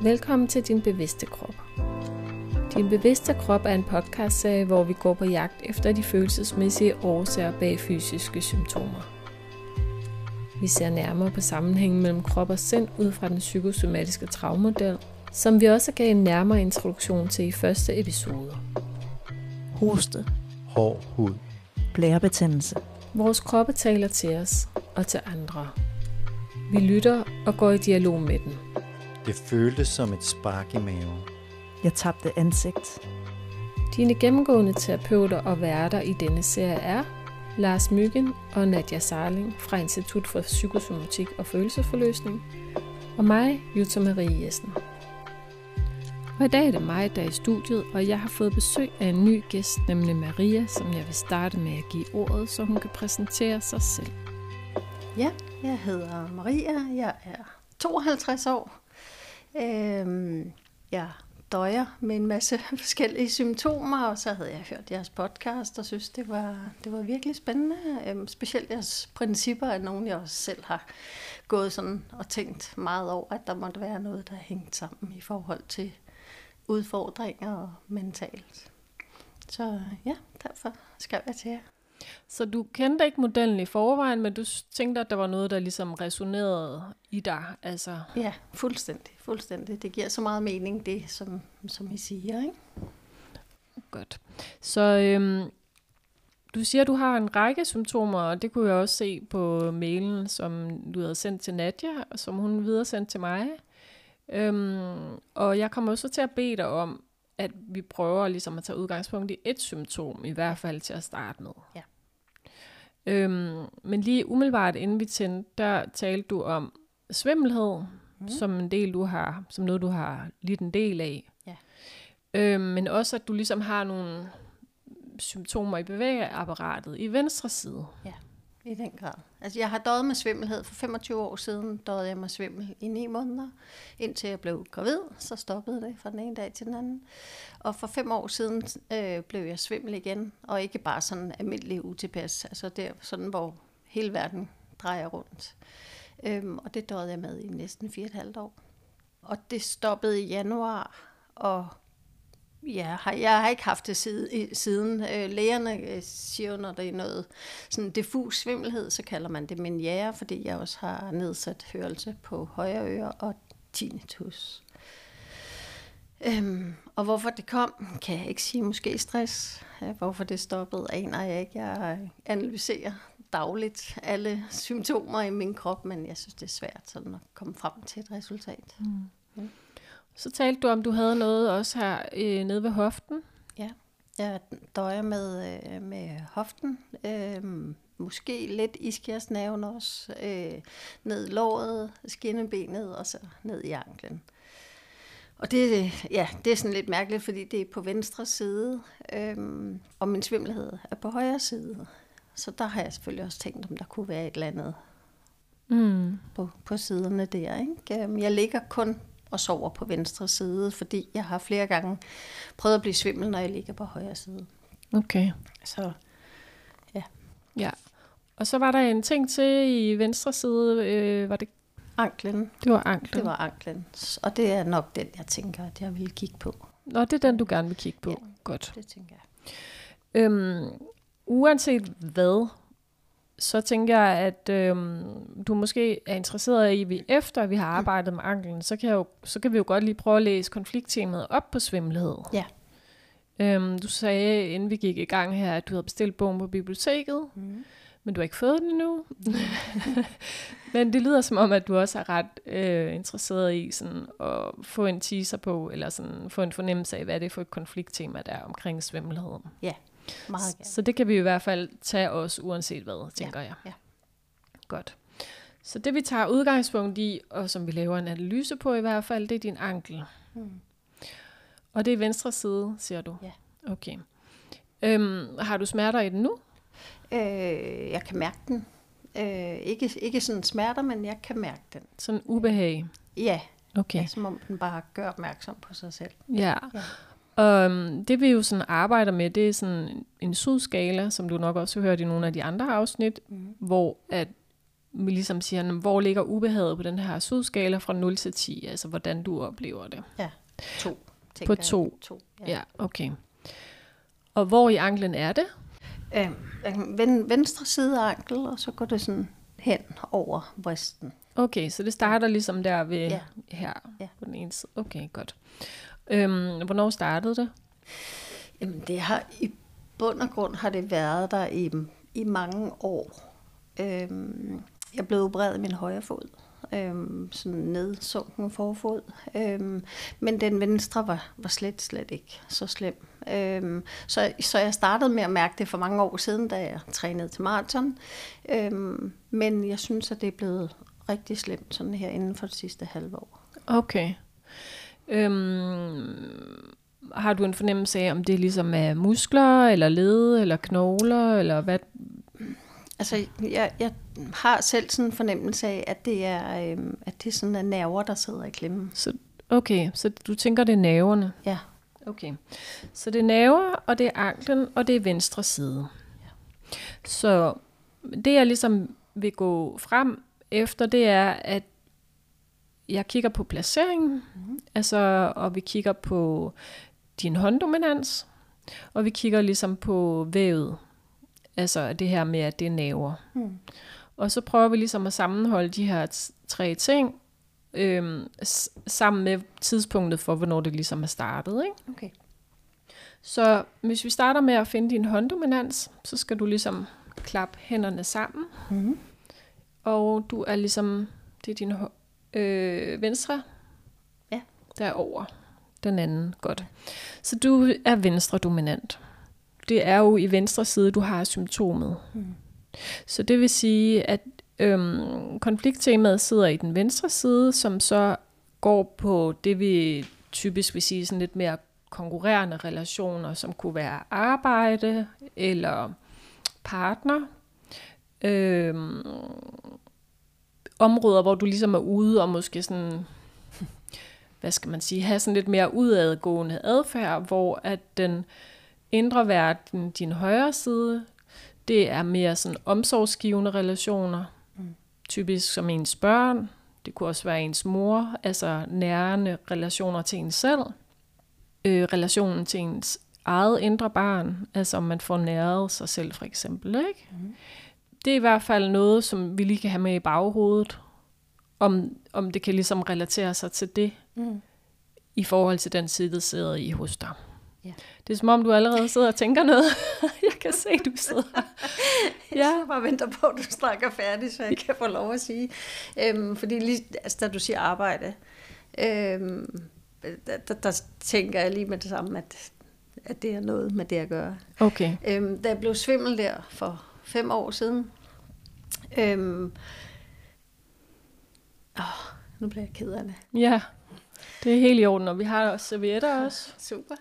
Velkommen til Din Bevidste Krop. Din Bevidste Krop er en podcastserie, hvor vi går på jagt efter de følelsesmæssige årsager bag fysiske symptomer. Vi ser nærmere på sammenhængen mellem krop og sind ud fra den psykosomatiske traumemodel, som vi også gav en nærmere introduktion til i første episode. Hoste, hård hud, blærebetændelse. Vores kroppe taler til os og til andre. Vi lytter og går i dialog med den. Det føltes som et spark i maven. Jeg tabte ansigt. Dine gennemgående terapeuter og værter i denne serie er Lars Myggen og Nadia Sarling fra Institut for Psykosomatik og Følelsesforløsning, og mig, Jutta Marie Jessen. Og i dag er det mig, der er i studiet, og jeg har fået besøg af en ny gæst, nemlig Maria, som jeg vil starte med at give ordet, så hun kan præsentere sig selv. Ja, jeg hedder Maria, jeg er 52 år. Jeg døjer med en masse forskellige symptomer, og så havde jeg hørt jeres podcast og synes, det var virkelig spændende. Specielt jeres principper er nogle, jeg også selv har gået sådan og tænkt meget over, at der måtte være noget, der er hængt sammen i forhold til udfordringer og mentalt. Så ja, derfor skrev jeg til jer. Så du kendte ikke modellen i forvejen, men du tænkte, at der var noget, der ligesom resonerede i dig? Altså. Ja, fuldstændig. Det giver så meget mening, det som I siger, ikke? Godt. Så du siger, at du har en række symptomer, og det kunne jeg også se på mailen, som du havde sendt til Nadia, og som hun videre sendte til mig. Og jeg kommer også til at bede dig om, at vi prøver ligesom at tage udgangspunkt i et symptom, i hvert fald til at starte med. Ja. Men lige umiddelbart inden vi tændte, der talte du om svimmelhed, som en del som noget du har lidt en del af. Ja. Men også at du ligesom har nogle symptomer i bevægeapparatet i venstre side. Ja, i den grad. Altså jeg har døjet med svimmelhed. For 25 år siden døjede jeg med svimmel i 9 måneder, indtil jeg blev gravid. Så stoppede det fra den ene dag til den anden. Og for 5 år siden blev jeg svimmel igen, og ikke bare sådan almindelig utilpas. Altså det er sådan, hvor hele verden drejer rundt. Og det døjede jeg med i næsten 4,5 år. Og det stoppede i januar, og ja, jeg har ikke haft det siden. Lægerne siger jo, når der er noget sådan diffus svimmelhed, så kalder man det meniere, fordi jeg også har nedsat hørelse på højre øre og tinnitus. Og hvorfor det kom, kan jeg ikke sige. Måske stress. Hvorfor det stoppede, aner jeg ikke. Jeg analyserer dagligt alle symptomer i min krop, men jeg synes, det er svært sådan at komme frem til et resultat. Mm. Så talte du om, du havde noget også her nede ved hoften. Ja, jeg døjer med hoften. Måske lidt ischiasnerven også. Ned i låret, skinnebenet og så ned i anklen. Og det er sådan lidt mærkeligt, fordi det er på venstre side, og min svimmelhed er på højre side. Så der har jeg selvfølgelig også tænkt, om der kunne være et eller andet på siderne der. Ikke? Jeg ligger kun og sover på venstre side, fordi jeg har flere gange prøvet at blive svimmel, når jeg ligger på højre side. Okay. Så ja. Ja. Og så var der en ting til i venstre side, var det? Anklen. Det var anklen. Det var anklen. Og det er nok den, jeg tænker, at jeg vil kigge på. Nå, det er den, du gerne vil kigge på. Ja, godt. Det tænker jeg. Uanset hvad, så tænker jeg, at du måske er interesseret i, at efter vi har arbejdet med anklen, så kan vi jo godt lige prøve at læse konflikttemaet op på svimmelhed. Ja. Du sagde, inden vi gik i gang her, at du havde bestilt bogen på biblioteket, men du har ikke fået den endnu. Men det lyder som om, at du også er ret interesseret i sådan, at få en teaser på, eller sådan, få en fornemmelse af, hvad det er for et konflikttema, der er omkring svimmelheden. Ja. Meget gerne. Så det kan vi i hvert fald tage os uanset hvad, tænker jeg. Ja. Godt. Så det vi tager udgangspunkt i, og som vi laver en analyse på i hvert fald, det er din ankel. Og det er venstre side, siger du? Ja. Okay. Har du smerter i den nu? Jeg kan mærke den. Ikke sådan smerter, men jeg kan mærke den. Sådan ubehag? Ja. Okay. Ja, som om den bare gør opmærksom på sig selv. Ja. Og det vi jo sådan arbejder med, det er sådan en SUD-skala, som du nok også har hørt i nogle af de andre afsnit, hvor at vi ligesom siger, hvor ligger ubehaget på den her SUD-skala fra 0 til 10, altså hvordan du oplever det. Ja, 2. På 2. 2, Ja, okay. Og hvor i anklen er det? Venstre side af ankel, og så går det sådan hen over brysten. Okay, så det starter ligesom der ved her på den ene side. Okay, godt. Hvornår startede det? Jamen, det har i bund og grund har det været der i mange år. Jeg blev opereret i min højre fod. Sådan nedsunken forfod. Men den venstre var slet ikke så slem. Så jeg startede med at mærke det for mange år siden, da jeg trænede til maraton. Men jeg synes, at det er blevet rigtig slemt sådan her inden for det sidste halve år. Okay. Har du en fornemmelse af, om det ligesom er muskler, eller led, eller knogler, eller hvad? Altså, jeg har selv sådan en fornemmelse af, at det er sådan en nerver, der sidder i klemmen. Okay, så du tænker, det er nerverne? Ja. Okay, så det er nerver, og det er anklen, og det er venstre side. Ja. Så det, jeg ligesom vil gå frem efter, det er, at jeg kigger på placeringen, og vi kigger på din hånddominans, og vi kigger ligesom på vævet. Altså det her med, at det er nerver. Og så prøver vi ligesom at sammenholde de her 3 ting, sammen med tidspunktet for, hvornår det ligesom er startet. Ikke? Okay. Så hvis vi starter med at finde din hånddominans, så skal du ligesom klappe hænderne sammen. Og du er ligesom, det er din venstre, der er over den anden. Godt. Så du er venstre dominant. Det er jo i venstre side, du har symptomet. Så det vil sige, at konflikttemaet sidder i den venstre side, som så går på det, vi typisk vil sige sådan lidt mere konkurrerende relationer, som kunne være arbejde eller partner. Områder, hvor du ligesom er ude og måske sådan, hvad skal man sige, have sådan lidt mere udadgående adfærd, hvor at den indre verden, din højre side, det er mere sådan omsorgsgivende relationer, typisk som ens børn, det kunne også være ens mor, altså nærende relationer til en selv, relationen til ens eget indre barn, altså om man får næret sig selv for eksempel, ikke? Det er i hvert fald noget, som vi lige kan have med i baghovedet, om det kan ligesom relatere sig til det, i forhold til den side, der sidder i hos dig. Ja. Det er som om, du allerede sidder og tænker noget. Jeg kan se, du sidder. Jeg bare venter på, at du snakker færdig, så jeg kan få lov at sige. Fordi lige, altså, da du siger arbejde, der tænker jeg lige med det samme, at det er noget med det at gøre. Okay. Da jeg blev svimmel der for 5 år siden, nu bliver jeg ked af det. Ja, det er helt i orden, og vi har også servietter også. Super.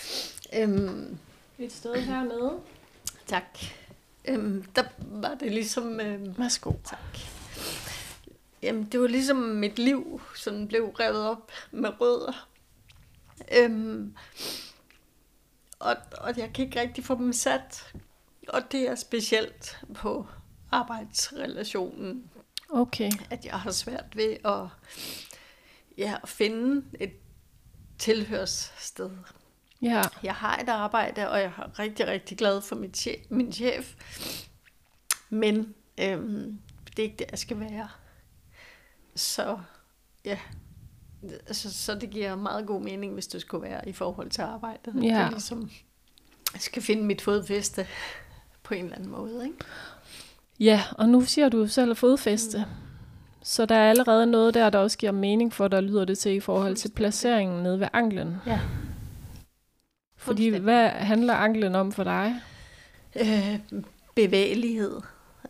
Et sted hernede. Tak. Der var det ligesom... Værsgo. Tak. Jamen, det var ligesom mit liv, sådan blev revet op med rødder. Og jeg kan ikke rigtig få dem sat. Og det er specielt på arbejdsrelationen. Okay. At jeg har svært ved at finde et tilhørssted. Ja. Jeg har et arbejde, og jeg er rigtig, rigtig glad for min chef. Men det er ikke det, jeg skal være. Så ja, så det giver meget god mening, hvis det skulle være i forhold til arbejdet. Ja. Det er ligesom, jeg skal finde mit fodfæste på en eller anden måde, ikke? Ja, og nu siger du selv fodfæste. Så der er allerede noget der også giver mening for dig, lyder det til, i forhold til placeringen nede ved anklen. Ja. Fordi hvad handler anklen om for dig? Bevægelighed,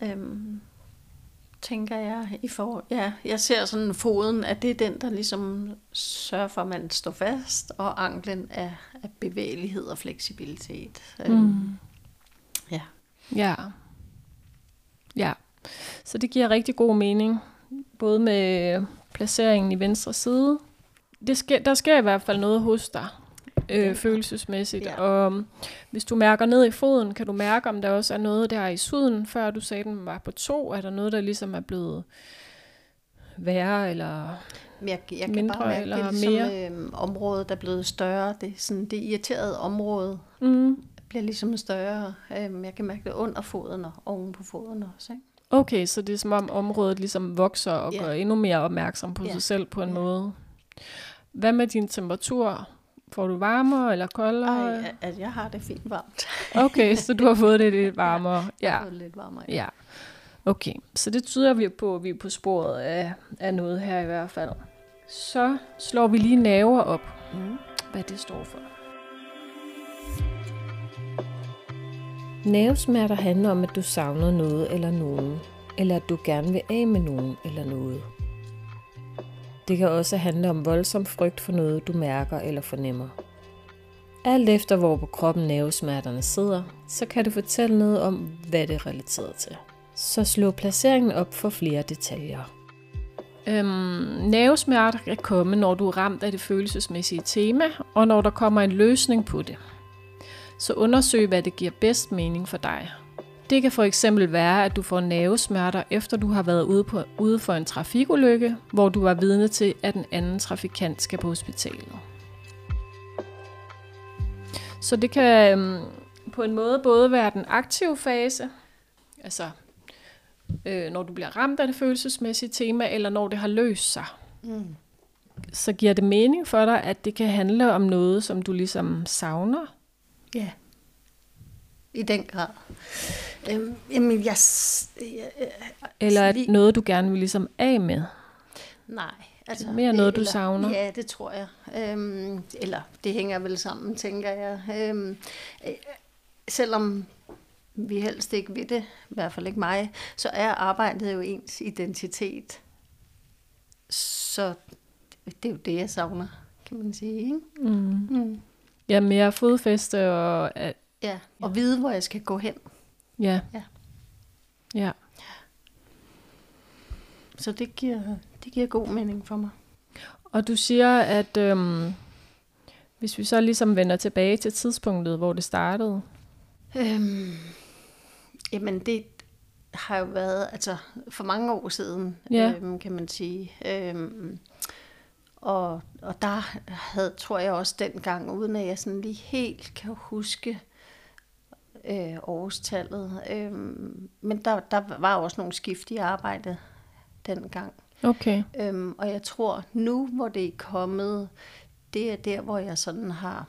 tænker jeg. Jeg ser sådan foden, at det er den, der ligesom sørger for, at man står fast, og anklen er bevægelighed og fleksibilitet. Ja. Ja. Ja. Så det giver rigtig god mening, både med placeringen i venstre side. Der sker i hvert fald noget hos dig. følelsesmæssigt. Ja. Og hvis du mærker ned i foden, kan du mærke, om der også er noget der i suden, før du sagde, at den var på 2? Er der noget, der ligesom er blevet værre, eller Jeg kan mindre, bare mærke, eller det er ligesom, mere? området der er blevet større. Det, er sådan, det irriterede område bliver ligesom større. Jeg kan mærke det under foden og oven på foden også. Ikke? Okay, så det er som om området ligesom vokser og gør endnu mere opmærksom på sig selv på en måde. Hvad med din temperatur? Får du varmere eller koldere? Ej, jeg har det fint varmt. Okay, så du har fået det lidt varmere. Jeg har fået det lidt varmere, ja. Okay, så det tyder vi på, at vi er på sporet af noget her i hvert fald. Så slår vi lige nerver op, hvad det står for. Nervesmerter handler om, at du savner noget eller nogen, eller at du gerne vil af med nogen eller noget. Det kan også handle om voldsom frygt for noget, du mærker eller fornemmer. Alt efter hvor på kroppen nervesmerterne sidder, så kan det fortælle noget om, hvad det er relateret til. Så slå placeringen op for flere detaljer. Nervesmerter kan komme, når du er ramt af det følelsesmæssige tema, og når der kommer en løsning på det. Så undersøg, hvad det giver bedst mening for dig. Det kan for eksempel være, at du får nervesmerter, efter du har været ude for en trafikulykke, hvor du var vidne til, at en anden trafikant skal på hospitalet. Så det kan på en måde både være den aktive fase, altså når du bliver ramt af det følelsesmæssige tema, eller når det har løst sig. Så giver det mening for dig, at det kan handle om noget, som du ligesom savner? Ja, i den grad. Jamen, eller noget, du gerne vil ligesom af med? Nej. Altså, mere noget, du savner? Ja, det tror jeg. Eller det hænger vel sammen, tænker jeg. Selvom vi helst ikke ved det, i hvert fald ikke mig, så er arbejdet jo ens identitet. Så det er jo det, jeg savner, kan man sige. Ikke? Ja, mere fodfæste og... og vide, hvor jeg skal gå hen. Ja. Så det giver god mening for mig. Og du siger, at hvis vi så ligesom vender tilbage til tidspunktet, hvor det startede. Jamen det har jo været altså for mange år siden, kan man sige. Og der tror jeg også dengang, uden at jeg sådan lige helt kan huske årstallet. Men der var også nogle skift i arbejdet dengang. Okay. Og jeg tror nu, hvor det er kommet, det er der, hvor jeg sådan har,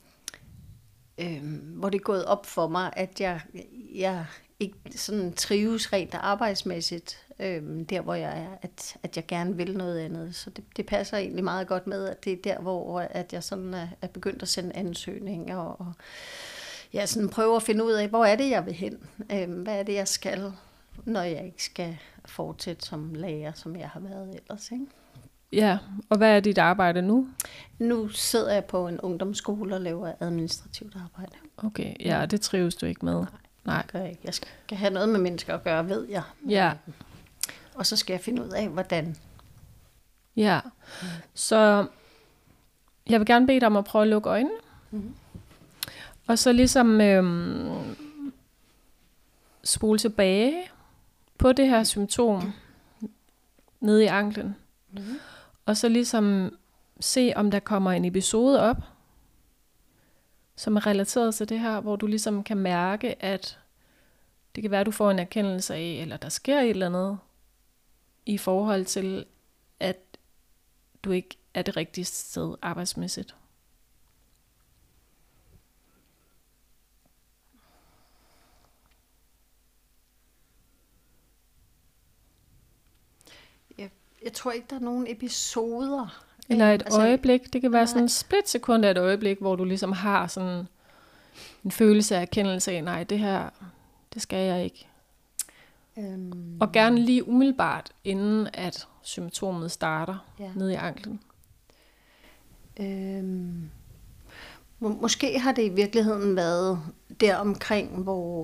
hvor det er gået op for mig, at jeg ikke sådan trives rent arbejdsmæssigt, der hvor jeg er, at jeg gerne vil noget andet. Så det passer egentlig meget godt med, at det er der, hvor at jeg sådan er begyndt at sende ansøgninger, og jeg sådan prøver at finde ud af, hvor er det, jeg vil hen? Hvad er det, jeg skal, når jeg ikke skal fortsætte som lærer, som jeg har været ellers, ikke? Ja, og hvad er dit arbejde nu? Nu sidder jeg på en ungdomsskole og laver administrativt arbejde. Okay, ja, det trives du ikke med? Nej. Det gør jeg ikke. Jeg skal have noget med mennesker at gøre, ved jeg. Ja. Og så skal jeg finde ud af, hvordan. Ja, så jeg vil gerne bede dig om at prøve at lukke øjnene. Og så ligesom spole tilbage på det her symptom nede i anklen. Og så ligesom se, om der kommer en episode op, som er relateret til det her, hvor du ligesom kan mærke, at det kan være, at du får en erkendelse af, eller der sker et eller andet i forhold til, at du ikke er det rigtige sted arbejdsmæssigt. Jeg tror ikke, der er nogen episoder. Eller et øjeblik. Det kan være sådan en splitsekund af et øjeblik, hvor du ligesom har sådan en følelse af erkendelse af, nej, det her, det skal jeg ikke. Og gerne lige umiddelbart, inden at symptomet starter nede i anklen. Måske har det i virkeligheden været deromkring,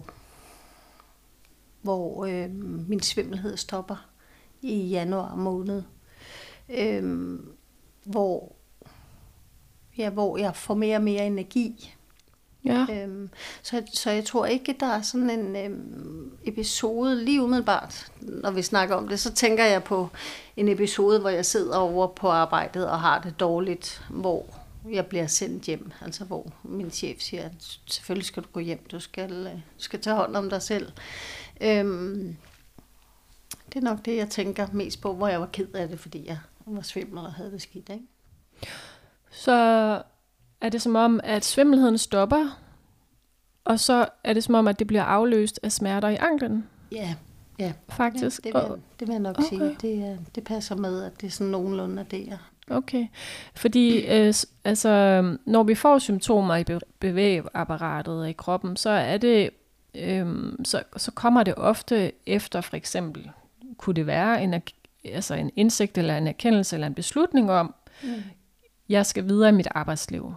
hvor min svimmelhed stopper i januar måned. Hvor hvor jeg får mere og mere energi. Ja. Så jeg tror ikke, der er sådan en episode lige umiddelbart, når vi snakker om det. Så tænker jeg på en episode, hvor jeg sidder over på arbejdet og har det dårligt, hvor jeg bliver sendt hjem. Altså hvor min chef siger, at selvfølgelig skal du gå hjem, du skal tage hånd om dig selv. Det er nok det, jeg tænker mest på, hvor jeg var ked af det, fordi jeg var svimmel og havde det skidt, ikke? Så er det som om, at svimmelheden stopper, og så er det som om, at det bliver afløst af smerter i anklen? Ja. Faktisk? Ja, det vil jeg nok sige. Det passer med, at det er sådan nogenlunde af det, jeg... Okay, fordi når vi får symptomer i bevægeapparatet og i kroppen, så er det, så kommer det ofte efter for eksempel, kunne det være en indsigt eller en erkendelse eller en beslutning om, jeg skal videre i mit arbejdsliv.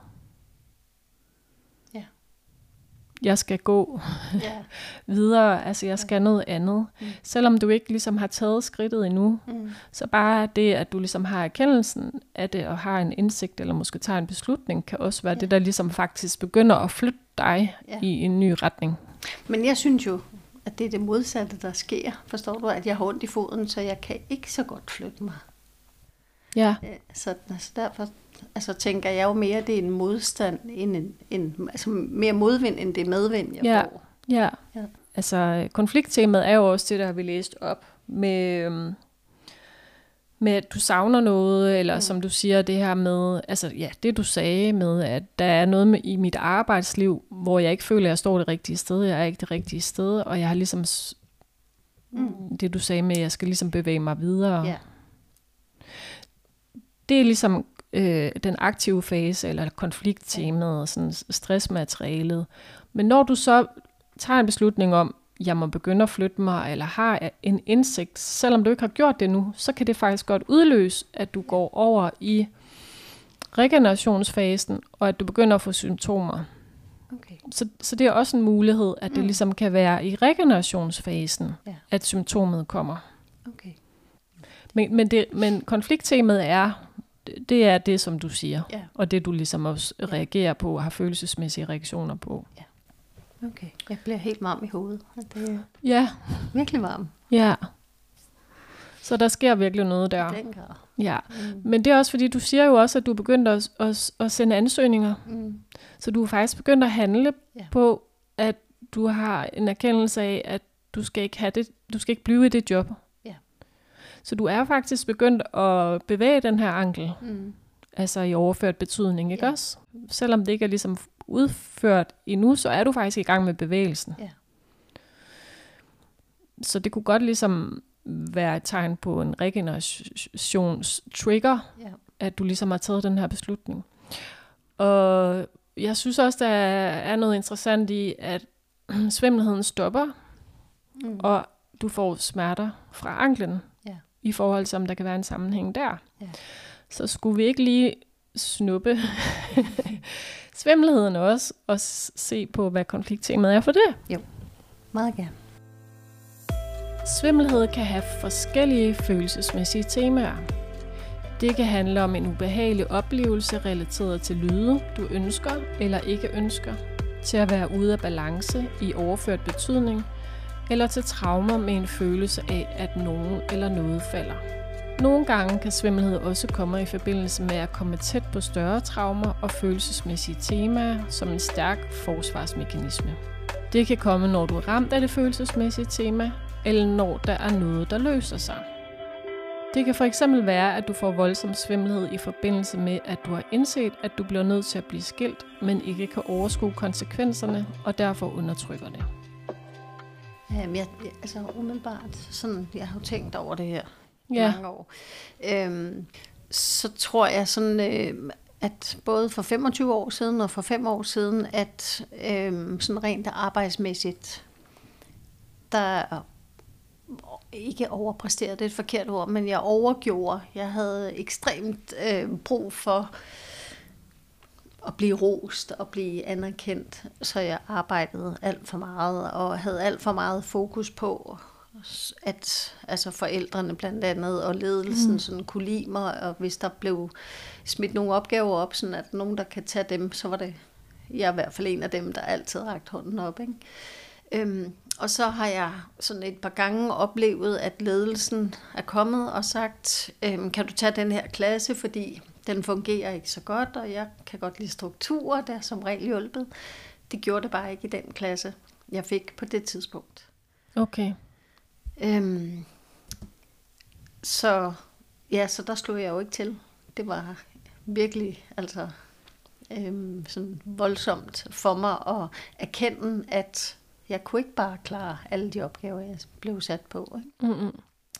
Ja. Jeg skal gå videre, altså jeg skal noget andet. Selvom du ikke ligesom har taget skridtet endnu, så bare det, at du ligesom har erkendelsen af det, og har en indsigt, eller måske tager en beslutning, kan også være det, der ligesom faktisk begynder at flytte dig i en ny retning. Men jeg synes jo, at det er det modsatte, der sker. Forstår du, at jeg har ondt i foden, så jeg kan ikke så godt flytte mig. Ja. Så derfor tænker jeg jo mere, at det er en modstand, altså mere modvind, end det er medvind, jeg får. Ja. Altså konflikttemaet er jo også det, der vi læst op med at du savner noget, eller som du siger, det her med, det du sagde med, at der er noget i mit arbejdsliv, hvor jeg ikke føler, at jeg står det rigtige sted, jeg er ikke det rigtige sted, og jeg har ligesom det du sagde med, at jeg skal ligesom bevæge mig videre. Ja. Det er ligesom den aktive fase, eller konflikttemaet, sådan stressmaterialet. Men når du så tager en beslutning om, jeg må begynde at flytte mig, eller har en indsigt, selvom du ikke har gjort det nu, så kan det faktisk godt udløse, at du går over i regenerationsfasen, og at du begynder at få symptomer. Okay. Så det er også en mulighed, at det ligesom kan være i regenerationsfasen, at symptomet kommer. Okay. Men konflikttemaet det er det, som du siger, og det du ligesom også reagerer på, og har følelsesmæssige reaktioner på. Ja. Okay, jeg bliver helt varm i hovedet. Det er virkelig varm. Ja. Så der sker virkelig noget der. Den grad. Ja. Men det er også fordi, du siger jo også, at du begyndte at sende ansøgninger. Så du er faktisk begyndt at handle på, at du har en erkendelse af, at du skal ikke blive i det job. Ja. Så du er faktisk begyndt at bevæge den her ankel. Altså i overført betydning, ikke også? Selvom det ikke er ligesom udført endnu, så er du faktisk i gang med bevægelsen. Ja. Så det kunne godt ligesom være et tegn på en regenerationstrigger, at du ligesom har taget den her beslutning. Og jeg synes også, der er noget interessant i, at svimmelheden stopper, og du får smerter fra anklen, i forhold til, om der kan være en sammenhæng der. Ja. Så skulle vi ikke lige snuppe svimmelheden også, og se på, hvad konflikttemaet er for det? Jo, meget gerne. Svimmelhed kan have forskellige følelsesmæssige temaer. Det kan handle om en ubehagelig oplevelse relateret til lyde, du ønsker eller ikke ønsker, til at være ude af balance i overført betydning, eller til traumer med en følelse af, at nogen eller noget falder. Nogle gange kan svimmelhed også komme i forbindelse med at komme tæt på større traumer og følelsesmæssige temaer som en stærk forsvarsmekanisme. Det kan komme, når du er ramt af det følelsesmæssige tema, eller når der er noget, der løser sig. Det kan fx være, at du får voldsom svimmelhed i forbindelse med, at du har indset, at du bliver nødt til at blive skilt, men ikke kan overskue konsekvenserne og derfor undertrykker det. Umiddelbart, sådan, jeg har jo tænkt over det her i mange år, så tror jeg sådan, at både for 25 år siden og for 5 år siden, at sådan rent arbejdsmæssigt, der ikke overpræsterede, det er et forkert ord, men jeg overgjorde. Jeg havde ekstremt brug for at blive rost og blive anerkendt, så jeg arbejdede alt for meget og havde alt for meget fokus på at altså forældrene blandt andet og ledelsen sådan kunne lide mig, og hvis der blev smidt nogle opgaver op, sådan at nogen, der kan tage dem, så var det jeg er i hvert fald en af dem, der altid rakt hånden op, ikke? Og så har jeg sådan et par gange oplevet, at ledelsen er kommet og sagt, kan du tage den her klasse, fordi den fungerer ikke så godt, og jeg kan godt lide strukturer, der er som regel hjulpet. Det gjorde det bare ikke i den klasse, jeg fik på det tidspunkt. Okay. Så der slog jeg jo ikke til. Det var virkelig sådan voldsomt for mig at erkende, at jeg kunne ikke bare klare alle de opgaver, jeg blev sat på. Ikke?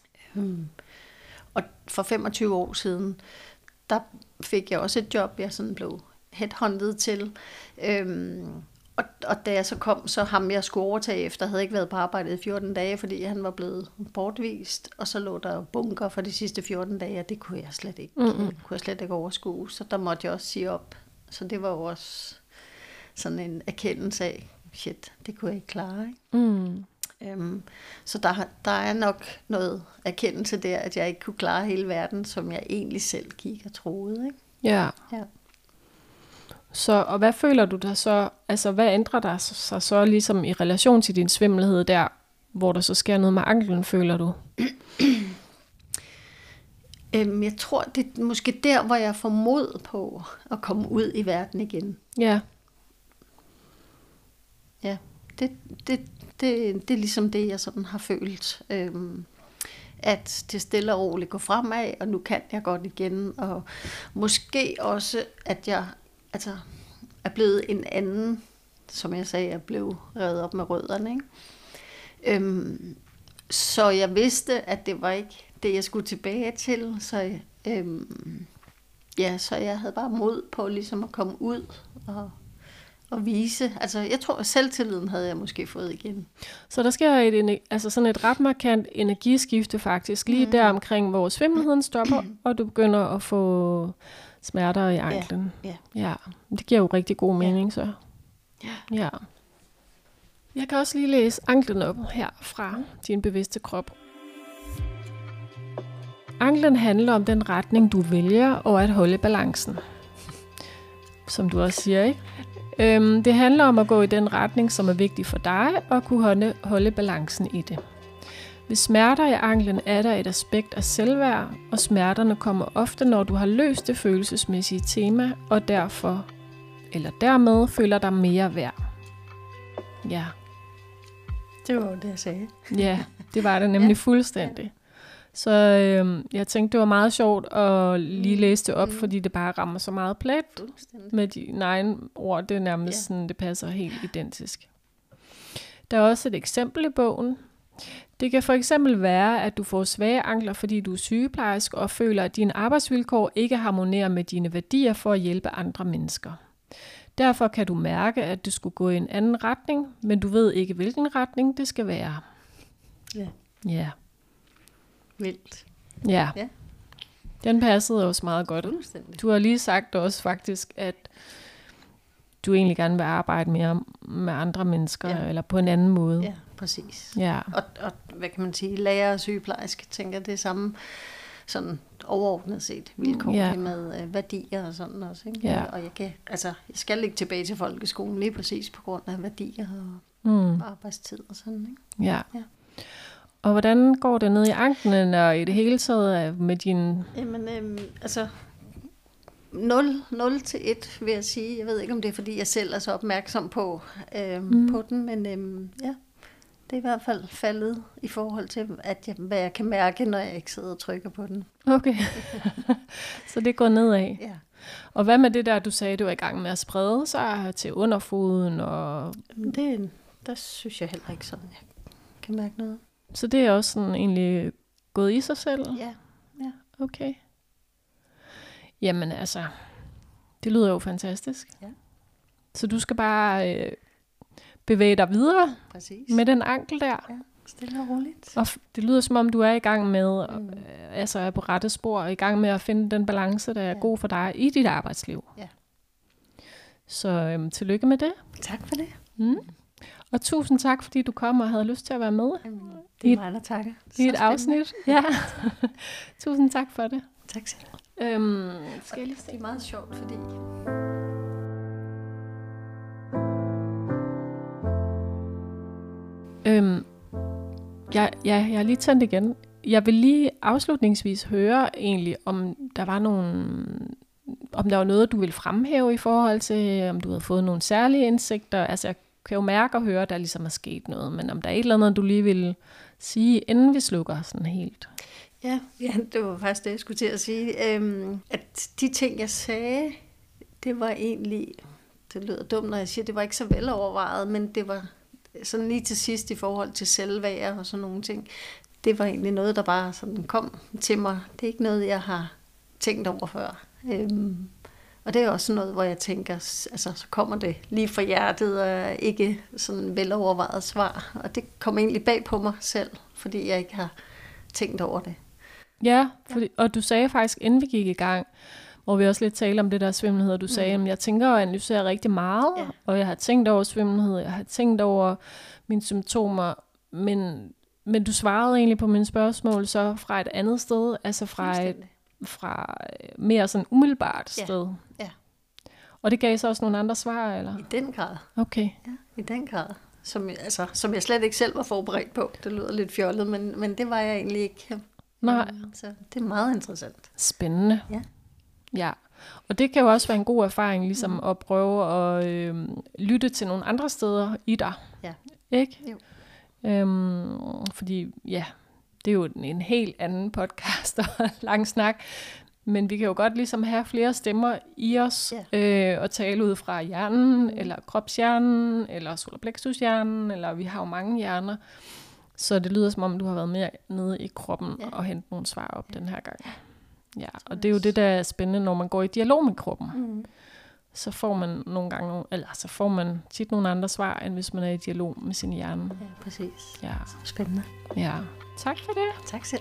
Og for 25 år siden, der fik jeg også et job, jeg sådan blev headhunted til. Og da jeg så kom, så ham jeg skulle overtage efter, havde ikke været på arbejde i 14 dage, fordi han var blevet bortvist. Og så lå der bunker for de sidste 14 dage, og det kunne jeg slet ikke overskue. Så der måtte jeg også sige op. Så det var jo også sådan en erkendelse af, shit, det kunne jeg ikke klare. Ikke? Så der er nok noget erkendelse der, at jeg ikke kunne klare hele verden, som jeg egentlig selv gik og troede. Ikke? Ja. Så, og hvad føler du der så, altså hvad ændrer der sig så ligesom i relation til din svimmelhed der, hvor der så sker noget med anklen, føler du? Jeg tror, det er måske der, hvor jeg får mod på at komme ud i verden igen. Ja. Ja, det er ligesom det, jeg sådan har følt. At det stille og roligt går fremad, og nu kan jeg godt igen. Og måske også, at jeg er blevet en anden, som jeg sagde, jeg blev revet op med rødderne. Ikke? Så jeg vidste, at det var ikke det, jeg skulle tilbage til. Så jeg havde bare mod på ligesom at komme ud og vise. Altså, jeg tror, at selvtilliden havde jeg måske fået igen. Så der sker sådan et ret markant energiskifte faktisk, lige der omkring, hvor svimmelheden stopper, og du begynder at få smerter i anklen. Ja. Det giver jo rigtig god mening, så. Ja. Jeg kan også lige læse anklen op her fra din bevidste krop. Anklen handler om den retning, du vælger, og at holde balancen. Som du også siger, ikke? Det handler om at gå i den retning, som er vigtig for dig, og kunne holde balancen i det. Ved smerter i anklen er der et aspekt af selvværd, og smerterne kommer ofte, når du har løst det følelsesmæssige tema, og derfor, eller dermed, føler dig mere værd. Ja. Det var jo det, jeg sagde. Ja, det var det nemlig fuldstændig. Så jeg tænkte, det var meget sjovt at lige læse det op, fordi det bare rammer så meget plet med dine egne ord. Det er nærmest sådan, det passer helt identisk. Der er også et eksempel i bogen. Det kan for eksempel være, at du får svage ankler, fordi du er sygeplejerske og føler, at dine arbejdsvilkår ikke harmonerer med dine værdier for at hjælpe andre mennesker. Derfor kan du mærke, at du skulle gå i en anden retning, men du ved ikke, hvilken retning det skal være. Ja. Vildt. Ja. Den passede også meget godt. Du har lige sagt også faktisk, at du egentlig gerne vil arbejde mere med andre mennesker, eller på en anden måde. Ja, præcis. Ja. Og hvad kan man sige, lærer og sygeplejerske, tænker det samme sådan overordnet set vilkår med værdier og sådan også. Ikke? Ja. Og jeg skal ikke tilbage til folkeskolen lige præcis på grund af værdier og arbejdstid og sådan. Ikke? Ja. Og hvordan går det ned i anklen og i det hele taget med din... Jamen, 0 til 1 vil jeg sige. Jeg ved ikke, om det er, fordi jeg selv er så opmærksom på den, men det er i hvert fald faldet i forhold til, hvad jeg kan mærke, når jeg ikke sidder og trykker på den. Okay, så det går nedad. Ja. Og hvad med det der, du sagde, du var i gang med at sprede sig til underfoden? Og... Der synes jeg heller ikke sådan, jeg kan mærke noget. Så det er også sådan egentlig gået i sig selv? Ja. Okay. Jamen altså, det lyder jo fantastisk. Ja. Så du skal bare bevæge dig videre med den ankel der. Ja, stille og roligt. Og det lyder som om, du er i gang med, er på rette spor, og i gang med at finde den balance, der er god for dig i dit arbejdsliv. Ja. Så tillykke med det. Tak for det. Og tusind tak, fordi du kom og havde lyst til at være med. Det er mig, der takker. I et afsnit. Ja. Tusind tak for det. Tak selv. Skal jeg lige se? Det er meget sjovt, fordi... Jeg er lige tændt igen. Jeg vil lige afslutningsvis høre egentlig, om der var noget, du ville fremhæve i forhold til, om du havde fået nogle særlige indsigter. Altså, jeg kan jo mærke og høre, at der ligesom er sket noget, men om der er et eller andet, du lige vil sige, inden vi slukker sådan helt. Ja, det var faktisk det, jeg skulle til at sige. At de ting, jeg sagde, det var egentlig, det lyder dumt, når jeg siger, det var ikke så velovervejet, men det var sådan lige til sidst i forhold til selvværd og sådan nogle ting. Det var egentlig noget, der bare sådan kom til mig. Det er ikke noget, jeg har tænkt over før. Og det er også noget, hvor jeg tænker, altså så kommer det lige fra hjertet og ikke sådan velovervejet svar. Og det kom egentlig bag på mig selv, fordi jeg ikke har tænkt over det. Ja, og du sagde faktisk, inden vi gik i gang, hvor vi også lidt talte om det der svimmelhed, og du sagde, at jeg tænker og analyserer rigtig meget, og jeg har tænkt over svimmelhed, jeg har tænkt over mine symptomer, men du svarede egentlig på mine spørgsmål så fra et andet sted, altså fra mere sådan umiddelbart sted. Ja. Og det gav så også nogle andre svar, eller? I den grad. Okay. Ja, i den grad. Som jeg slet ikke selv var forberedt på. Det lyder lidt fjollet, men det var jeg egentlig ikke. Nej. Så det er meget interessant. Spændende. Ja. Og det kan jo også være en god erfaring, ligesom at prøve at lytte til nogle andre steder i dig. Ja. Ikke? Jo. Fordi, det er jo en helt anden podcast og en lang snak. Men vi kan jo godt ligesom have flere stemmer i os, og tale ud fra hjernen, eller kropshjernen, eller solarplexushjernen, eller vi har jo mange hjerner. Så det lyder som om, du har været mere nede i kroppen og hentet nogle svar op den her gang. Ja, og det er jo det, der er spændende, når man går i dialog med kroppen. Så får man så får man tit nogle andre svar, end hvis man er i dialog med sin hjerne. Ja, præcis. Ja. Spændende. Ja. Tak for det. Tak selv.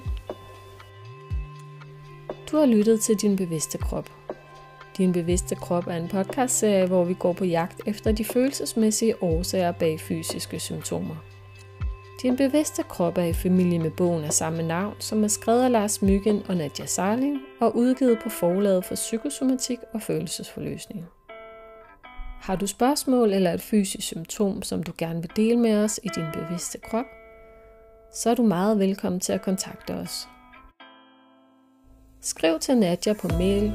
Du har lyttet til Din Bevidste Krop. Din Bevidste Krop er en podcastserie, hvor vi går på jagt efter de følelsesmæssige årsager bag fysiske symptomer. Din Bevidste Krop er i familie med bogen af samme navn, som er skrevet af Lars Myggen og Nadia Sarling og udgivet på Forlaget for Psykosomatik og Følelsesforløsning. Har du spørgsmål eller et fysisk symptom, som du gerne vil dele med os i Din Bevidste Krop, så er du meget velkommen til at kontakte os. Skriv til Nadia på mail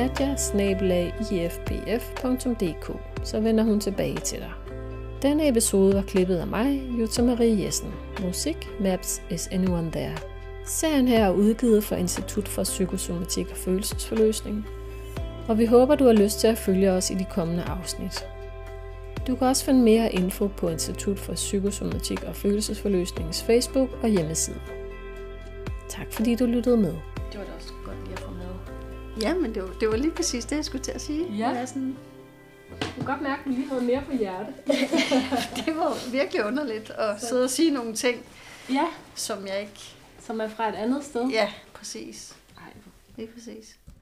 nadia@ifpf.dk, så vender hun tilbage til dig. Denne episode var klippet af mig, Jutta Marie Jessen. Musik, Maps, Is Anyone There? Serien her er udgivet fra Institut for Psykosomatik og Følelsesforløsning, og vi håber, du har lyst til at følge os i de kommende afsnit. Du kan også finde mere info på Institut for Psykosomatik og Følelsesforløsningens Facebook og hjemmeside. Tak fordi du lyttede med. Det var da også godt lige at få med. Ja, men det var lige præcis det, jeg skulle til at sige. Ja. Du kan godt mærke, at vi lige havde mere på hjertet. Det var virkelig underligt at sidde og sige nogle ting, som jeg ikke... Som er fra et andet sted. Ja, præcis. Ej. Lige præcis.